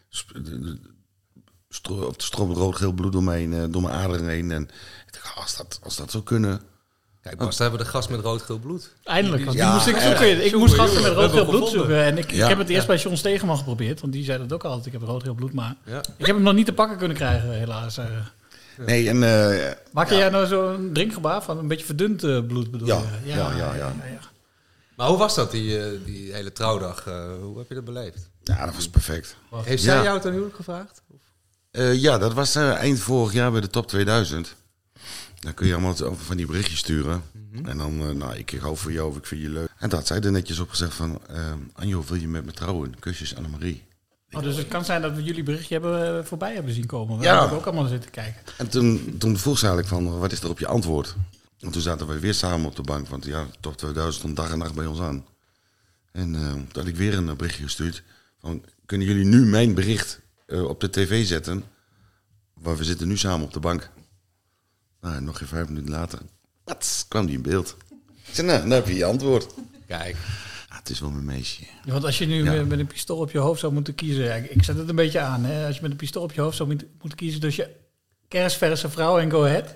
Stro- of stroomt rood-geel bloed door mijn, uh, door mijn aderen heen. En ik dacht, als dat, als dat zou kunnen... Kijk, Bas, daar hebben we de gast met rood-geel bloed. Eindelijk, want die Ja, moest ik ja, zoeken. Ik jongen, moest gasten jongen, met we rood-geel hebben bloed gevonden. zoeken. En ik, Ja. ik heb het eerst Ja. bij John Stegeman geprobeerd, want die zei dat ook altijd. Ik heb rood-geel bloed, maar Ja. ik heb hem nog niet te pakken kunnen krijgen, helaas. Uh, Nee, en... Uh, Maak jij nou zo'n drinkgebaar van een beetje verdund uh, bloed, bedoel Ja, je? ja, ja, ja. Maar hoe was dat, die, uh, die hele trouwdag? Uh, hoe heb je dat beleefd? ja, dat was perfect. Heeft zij Ja. jou ten huwelijk gevraagd? Uh, ja, dat was uh, eind vorig jaar bij de Top tweeduizend. Dan kun je allemaal over van die berichtjes sturen. Mm-hmm. En dan, uh, nou, ik hou voor jou of ik vind je leuk. En dat had zij er netjes op gezegd van... Uh, Anjo, wil je met me trouwen? Kusjes Annemarie. Oh, dus het kan zijn dat we jullie berichtje hebben uh, voorbij hebben zien komen. We Ja. hebben ook allemaal zitten kijken. En toen, toen vroeg ze eigenlijk van, wat is er op je antwoord? En toen zaten wij weer samen op de bank, want ja, top tweeduizend stond dag en nacht bij ons aan. En uh, toen had ik weer een berichtje gestuurd van, kunnen jullie nu mijn bericht uh, op de tv zetten? Maar we zitten nu samen op de bank. Nou, nog geen vijf minuten later, wat, kwam die in beeld. Ik zei, nou, dan heb je je antwoord. Kijk. Ah, het is wel mijn meisje. Ja, want als je nu Ja. met een pistool op je hoofd zou moeten kiezen... Ja, ik zet het een beetje aan, hè. Als je met een pistool op je hoofd zou moeten moeten kiezen... tussen je kerstverse vrouw en Go Ahead.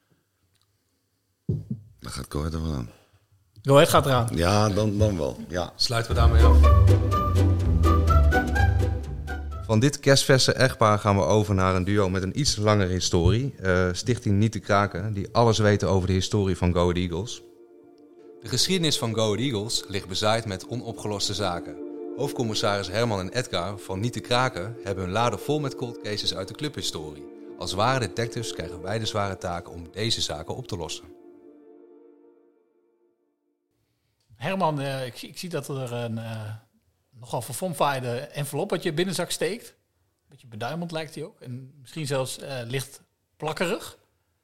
Dan gaat Go Ahead er wel aan. Go Ahead gaat eraan. Ja, dan, dan wel. Ja. Sluiten we daarmee af. Van dit kerstverse echtpaar gaan we over naar een duo met een iets langere historie. Uh, Stichting Niet te Kraken, die alles weten over de historie van Go Ahead Eagles. De geschiedenis van Go Ahead Eagles ligt bezaaid met onopgeloste zaken. Hoofdcommissaris Herman en Edgar van Niet te Kraken hebben hun laden vol met cold cases uit de clubhistorie. Als ware detectives krijgen wij de zware taak om deze zaken op te lossen. Herman, uh, ik, ik zie dat er een uh, nogal verfomfaaide envelop uit je binnenzak steekt. Beetje beduimeld lijkt hij ook. En misschien zelfs uh, licht plakkerig.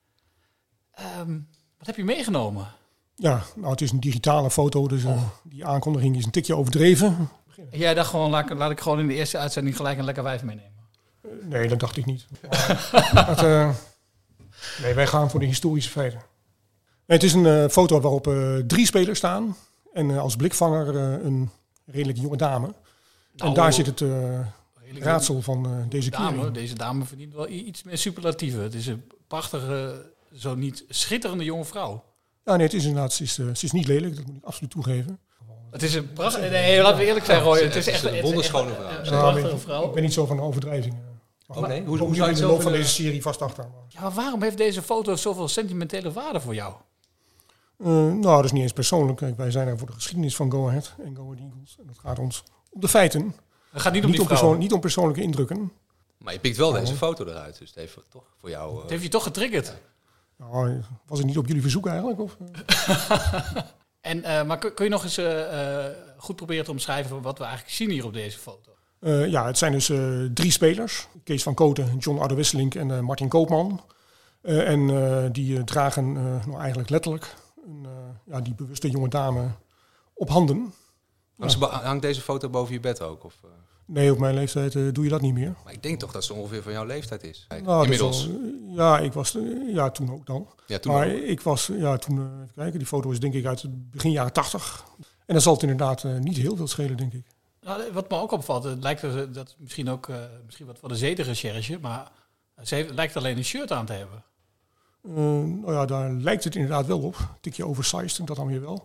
Um, wat heb je meegenomen? Ja, nou het is een digitale foto, dus uh, die aankondiging is een tikje overdreven. Jij dacht gewoon, laat, laat ik gewoon in de eerste uitzending gelijk een lekker wijf meenemen. Uh, nee, dat dacht ik niet. dat, uh, nee, wij gaan voor de historische feiten. Nee, het is een uh, foto waarop uh, drie spelers staan. En uh, als blikvanger uh, een redelijk jonge dame. Nou, en daar zit het uh, raadsel van uh, deze dame, keer in. Deze dame verdient wel iets meer superlatieven. Het is een prachtige, zo niet schitterende jonge vrouw. Ja, nee, het is inderdaad, ze is, uh, ze is niet lelijk, dat moet ik absoluut toegeven. Het is een prachtige, nee, laten we eerlijk zijn, Roy. Het is echt een wonderschone vrouw. Een prachtige vrouw. Ik ben niet zo van overdrijving. Oh nee, hoe hoe zou je in de loop van deze serie vast achter? Ja, maar waarom heeft deze foto zoveel sentimentele waarde voor jou? Uh, nou, dat is niet eens persoonlijk. Kijk, wij zijn er voor de geschiedenis van Go Ahead en Go Ahead Eagles. En dat gaat ons om de feiten. Het gaat niet om die om vrouw. persoon, niet om persoonlijke indrukken. Maar je pikt wel deze foto eruit, dus het heeft toch voor jou... Uh... Het heeft je toch getriggerd? Nou, was het niet op jullie verzoek eigenlijk? Of? en, uh, maar kun, kun je nog eens uh, uh, goed proberen te omschrijven wat we eigenlijk zien hier op deze foto? Uh, ja, het zijn dus uh, drie spelers. Kees van Kooten, John Oude-Wisseling en uh, Martin Koopman. Uh, en uh, die uh, dragen uh, nou eigenlijk letterlijk een, uh, ja, die bewuste jonge dame op handen. Hangt, ja. hangt deze foto boven je bed ook? Of, uh... Nee, op mijn leeftijd uh, doe je dat niet meer. Maar ik denk toch dat ze ongeveer van jouw leeftijd is. Nou, inmiddels. Wel, uh, ja, ik was uh, ja, toen ook dan. Ja, toen maar ook. ik was, ja, toen, uh, even kijken, die foto is denk ik uit het begin jaren tachtig. En dan zal het inderdaad uh, niet heel veel schelen, denk ik. Nou, wat me ook opvalt, het lijkt er, dat misschien ook uh, misschien wat voor de zedenrecherche, maar ze heeft, lijkt alleen een shirt aan te hebben. Uh, nou ja, daar lijkt het inderdaad wel op. Een tikje oversized, dat dan weer wel.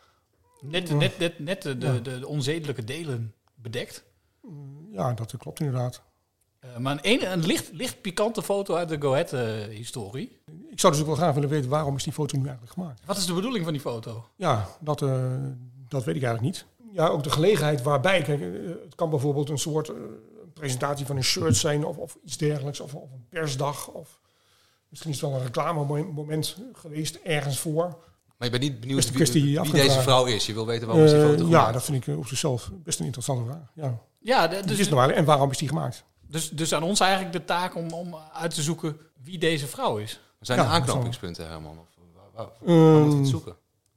Net, uh, net, net, net de, de, de, de onzedelijke delen bedekt. Uh, ja, dat klopt inderdaad. Uh, maar een, een licht, licht pikante foto uit de Go Ahead-historie. Uh, Ik zou dus ook wel graag willen weten, waarom is die foto nu eigenlijk gemaakt? Wat is de bedoeling van die foto? Ja, dat, uh, dat weet ik eigenlijk niet. Ja, ook de gelegenheid waarbij. Kijk, het kan bijvoorbeeld een soort uh, presentatie van een shirt zijn of, of iets dergelijks. Of, of een persdag. Of misschien is het wel een reclamemoment geweest ergens voor. Maar je bent niet benieuwd wie, wie, wie deze vrouw is? Je wil weten waarom uh, is die foto gemaakt? Ja, dat vind ik uh, op zichzelf best een interessante vraag. Ja, ja de, dus is nou, en waarom is die gemaakt? Dus, dus aan ons eigenlijk de taak om, om uit te zoeken wie deze vrouw is. Zijn er ja, aanknopingspunten, Herman? Of waar, waar, waar um, moet je het zoeken?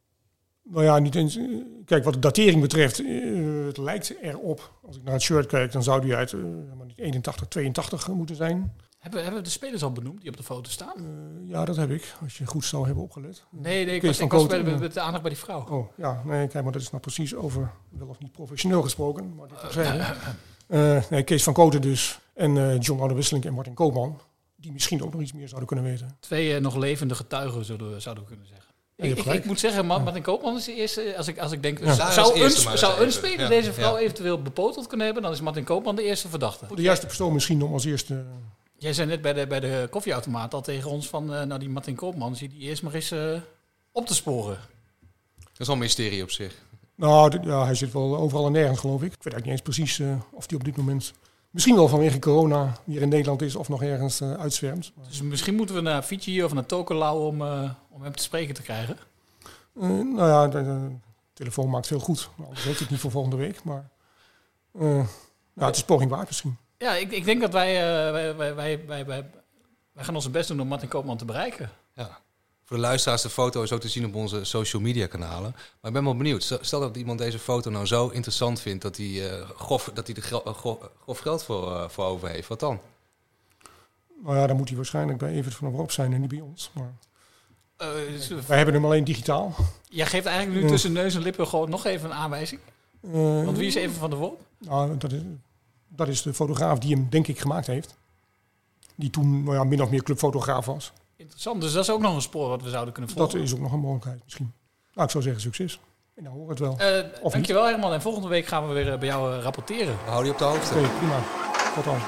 Nou ja, niet eens. Kijk, wat de datering betreft, uh, het lijkt erop. Als ik naar het shirt kijk, dan zou die uit uh, eenentachtig, tweeëntachtig moeten zijn. Hebben, hebben we de spelers al benoemd die op de foto staan? Uh, ja, dat heb ik. Als je goed zou hebben opgelet. Nee, nee ik was, ik was bij de, met de aandacht bij die vrouw. Oh, ja. Nee, kijk, maar dat is nou precies over wel of niet professioneel gesproken. Maar dit zeggen. Uh, nee, Kees van Kooten dus. En uh, John Oude-Wisseling en Martin Koopman. Die misschien ook nog iets meer zouden kunnen weten. Twee uh, nog levende getuigen, zouden we, zouden we kunnen zeggen. Ik, ik, ik moet zeggen, Martin Koopman is de eerste. Als ik, als ik denk, ja. zou, een, zou een speler ja. deze vrouw ja. eventueel bepoteld kunnen hebben, dan is Martin Koopman de eerste verdachte. De juiste persoon misschien om als eerste. Jij zei net bij de, bij de koffieautomaat al tegen ons van, uh, nou die Martin Koopman, zie die eerst maar eens uh, op te sporen. Dat is al een mysterie op zich. Nou, ja, hij zit wel overal en nergens, geloof ik. Ik weet eigenlijk niet eens precies uh, of hij op dit moment misschien wel vanwege corona hier in Nederland is of nog ergens uh, uitzwermt. Dus misschien moeten we naar Fiji of naar Tokelau om, uh, om hem te spreken te krijgen? Uh, nou ja, de, de telefoon maakt veel goed. Nou, dat weet ik niet voor volgende week. Maar uh, Nou, het is poging waard misschien. Ja, ik, ik denk dat wij, uh, wij, wij, wij, wij, wij, wij gaan onze best doen om Martin Koopman te bereiken. Ja. Voor de luisteraars, de foto is ook te zien op onze social media kanalen. Maar ik ben wel benieuwd. Stel dat iemand deze foto nou zo interessant vindt dat hij, uh, grof, dat hij er gel- uh, grof, grof geld voor, uh, voor over heeft. Wat dan? Nou ja, dan moet hij waarschijnlijk bij Evert van der Worp zijn en niet bij ons. Maar Uh, dus, wij hebben hem alleen digitaal. Jij geeft eigenlijk nu tussen neus en lippen gewoon nog even een aanwijzing. Uh, Want wie is Evert van der Worp? Nou, dat is, dat is de fotograaf die hem denk ik gemaakt heeft. Die toen nou ja, min of meer clubfotograaf was. Interessant, dus dat is ook nog een spoor wat we zouden kunnen volgen. Dat is ook nog een mogelijkheid misschien. Nou, ik zou zeggen succes. En dan hoor het wel. Uh, of dankjewel niet. Herman. En volgende week gaan we weer bij jou uh, rapporteren. We houden je op de hoogte. Oké, okay, prima. Tot dan.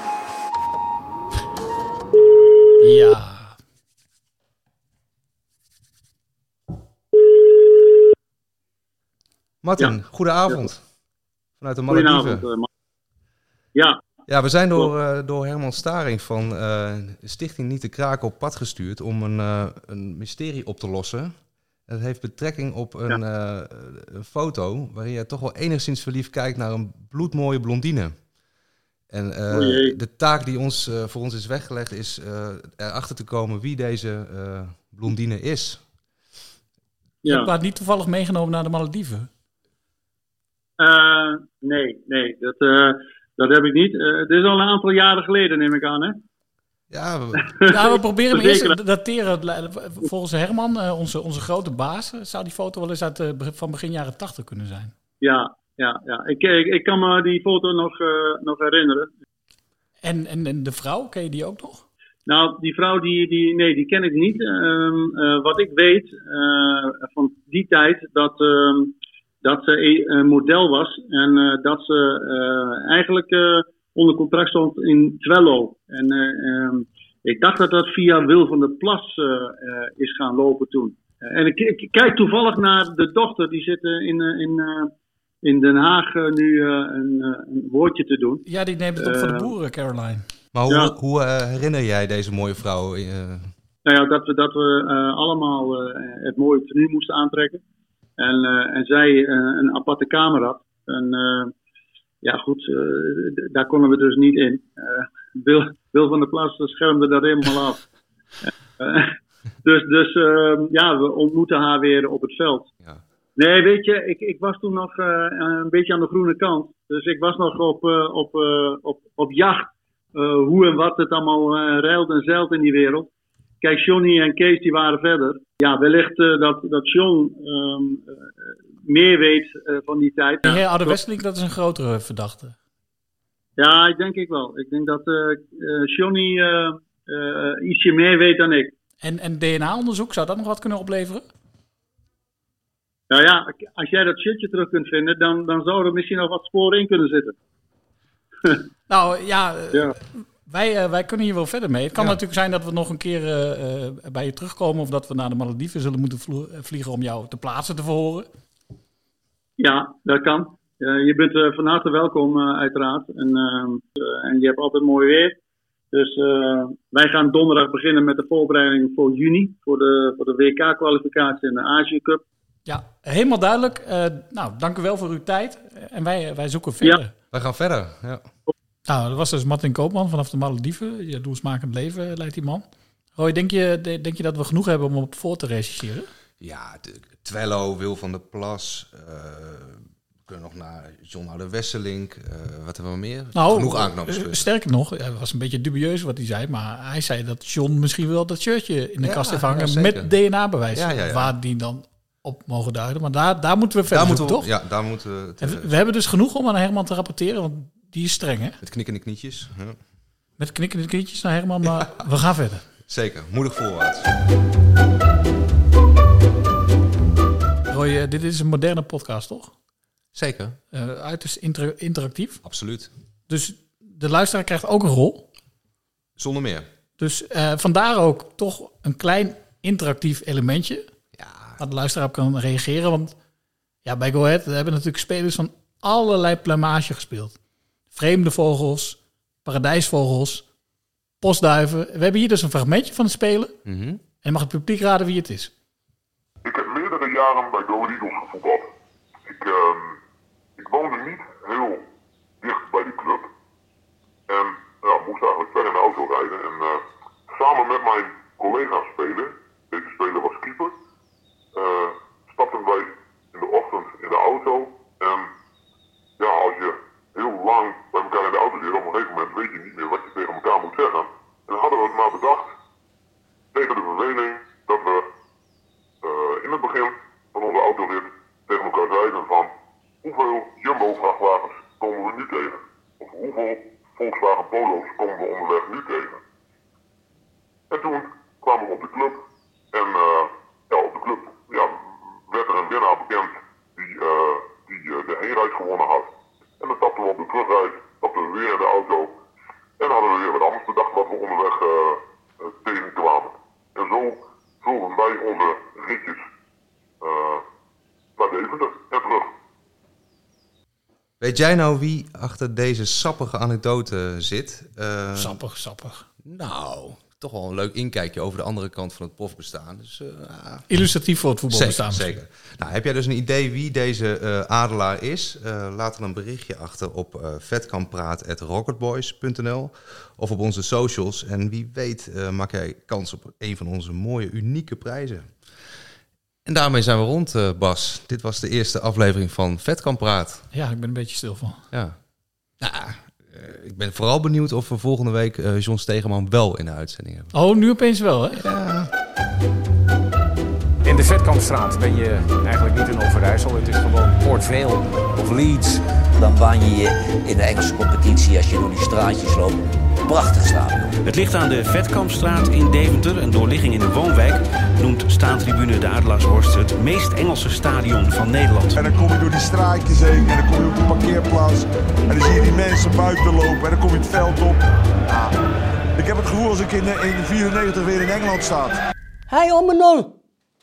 Ja. Martin, ja. Goedenavond. Vanuit de Malediven. Goedenavond. Ja. Ja, we zijn door, uh, door Herman Staring van uh, de Stichting Niet te Kraken op pad gestuurd om een, uh, een mysterie op te lossen. Dat heeft betrekking op een, ja. uh, een foto waarin je toch wel enigszins verliefd kijkt naar een bloedmooie blondine. En uh, de taak die ons, uh, voor ons is weggelegd is uh, erachter te komen wie deze uh, blondine is. Ja. Je hebt haar niet toevallig meegenomen naar de Malediven? Uh, nee, nee. Dat, uh, dat heb ik niet. Uh, dit is al een aantal jaren geleden, neem ik aan, hè? Ja, we, nou, we proberen hem eerst te dateren. Volgens Herman, uh, onze, onze grote baas, zou die foto wel eens uit uh, van begin jaren tachtig kunnen zijn. Ja, ja, ja. Ik, ik, ik kan me die foto nog, uh, nog herinneren. En, en, en de vrouw, ken je die ook nog? Nou, die vrouw, die, die, nee, die ken ik niet. Uh, uh, wat ik weet uh, van die tijd, dat, uh, dat ze een model was. En uh, dat ze uh, eigenlijk uh, onder contract stond in Twello. En uh, um, ik dacht dat dat via Wil van der Plas uh, uh, is gaan lopen toen. Uh, en ik, ik kijk toevallig naar de dochter, die zit uh, in, uh, in, uh, in Den Haag uh, nu uh, een, uh, een woordje te doen. Ja, die neemt het op uh, voor de boeren, Caroline. Maar hoe, ja. hoe uh, herinner jij deze mooie vrouw? Uh... Nou ja, dat we, dat we uh, allemaal uh, het mooie tenue moesten aantrekken. En, uh, en zij uh, een aparte kamer had. En uh, ja goed, uh, d- daar konden we dus niet in. Uh, Wil, Wil van der Plas schermde dat helemaal af. Uh, dus dus uh, ja, we ontmoeten haar weer op het veld. Ja. Nee, weet je, ik, ik was toen nog uh, een beetje aan de groene kant. Dus ik was nog op, uh, op, uh, op, op jacht. Uh, hoe en wat het allemaal uh, ruilt en zeilt in die wereld. Kijk, Johnny en Kees die waren verder. Ja, wellicht uh, dat, dat John um, uh, meer weet uh, van die tijd. De heer Oude-Wesseling, dat is een grotere verdachte. Ja, ik denk ik wel. Ik denk dat uh, uh, Johnny uh, uh, ietsje meer weet dan ik. En, en D N A-onderzoek, zou dat nog wat kunnen opleveren? Nou ja, als jij dat shirtje terug kunt vinden, dan, dan zou er misschien nog wat sporen in kunnen zitten. Nou ja, ja. Wij, uh, wij kunnen hier wel verder mee. Het kan ja. natuurlijk zijn dat we nog een keer uh, uh, bij je terugkomen of dat we naar de Malediven zullen moeten vlo- vliegen om jou te plaatsen te verhoren. Ja, dat kan. Uh, je bent uh, van harte welkom uh, uiteraard. En, uh, uh, en je hebt altijd mooi weer. Dus uh, wij gaan donderdag beginnen met de voorbereiding voor juni. Voor de, voor de W K-kwalificatie en de Azië Cup. Ja, helemaal duidelijk. Uh, nou, dank u wel voor uw tijd. En wij, wij zoeken verder. Ja. Wij gaan verder, ja. Nou, dat was dus Martin Koopman vanaf de Malediven. Jaloersmakend leven leidt die man. Roy, denk je, denk je dat we genoeg hebben om op voor te rechercheren? Ja, de, Twello, Wil van der Plas. Uh, we kunnen nog naar John Oude-Wesseling. Uh, wat hebben we meer? Nou, genoeg aanknopingspunten. Sterker nog, het was een beetje dubieus wat hij zei. Maar hij zei dat John misschien wel dat shirtje in de ja, kast heeft hangen ja, met D N A-bewijs. Ja, ja, ja. Waar die dan op mogen duiden. Maar daar, daar moeten we verder daar zoeken, moeten we, toch? Ja, daar moeten we... Het, we, we hebben dus genoeg om aan Herman te rapporteren, want die is streng, hè? Met knikkende knietjes. Ja. Met knikkende knietjes naar Herman, maar ja. we gaan verder. Zeker, moedig voorwaarts. Roy, uh, dit is een moderne podcast, toch? Zeker. Uh, uiterst inter- interactief. Absoluut. Dus de luisteraar krijgt ook een rol. Zonder meer. Dus uh, vandaar ook toch een klein interactief elementje. Ja. Waar de luisteraar op kan reageren. Want ja, bij Go Ahead hebben natuurlijk spelers van allerlei plumage gespeeld. Vreemde vogels, paradijsvogels, postduiven. We hebben hier dus een fragmentje van het spelen. Mm-hmm. En dan mag het publiek raden wie het is. Ik heb meerdere jaren bij Go Eagles gevoetbald. Ik, uh, ik woonde niet heel dicht bij die club. met mijn collega's spelen. Deze speler was keeper. Uh, stapten wij in de ochtend in de auto. En ja, als je heel lang bij elkaar in de auto zit, op een gegeven moment weet je niet meer wat je tegen elkaar moet zeggen. En dan hadden we het maar bedacht, tegen de verveling, dat we uh, in het begin van onze autorit tegen elkaar zeiden van hoeveel Jumbo-vrachtwagens komen we nu tegen? Of hoeveel Volkswagen Polo's komen we onderweg nu tegen? En toen kwamen we op de club en uh, ja, op de club ja, werd er een winnaar bekend die, uh, die uh, de heenreis gewonnen had. En dan stapten we op de terugreis, stapten we weer in de auto en hadden we weer wat anders bedacht wat we onderweg uh, uh, tegenkwamen. En zo vulden wij onze ritjes uh, naar Deventer en terug. Weet jij nou wie achter deze sappige anekdote zit? Uh, sappig, sappig. Nou, toch wel een leuk inkijkje over de andere kant van het profbestaan. Dus, uh, illustratief voor het voetbalbestaan. Zeker, zeker. Nou, heb jij dus een idee wie deze uh, adelaar is? Uh, laat dan een berichtje achter op uh, vetkampraat at rocketboys punt n l of op onze socials. En wie weet uh, maak jij kans op een van onze mooie, unieke prijzen. En daarmee zijn we rond, uh, Bas. Dit was de eerste aflevering van Vetkampraat. Ja, ik ben een beetje stil van. Ja. Nou, uh, ik ben vooral benieuwd of we volgende week uh, John Stegeman wel in de uitzending hebben. Oh, nu opeens wel, hè? Ja. In de Vetkampstraat ben je eigenlijk niet in Overijssel. Het is gewoon Port Vale of Leeds. Dan baan je je in de Engelse competitie als je door die straatjes loopt. Prachtig stadion. Het ligt aan de Vetkampstraat in Deventer. Een doorligging in een woonwijk noemt staantribune de Adelaarshorst het meest Engelse stadion van Nederland. En dan kom je door die straatjes heen en dan kom je op de parkeerplaats. En dan zie je die mensen buiten lopen en dan kom je het veld op. Ja, ik heb het gevoel als ik in, in vierennegentig weer in Engeland sta. Hey, om en nul.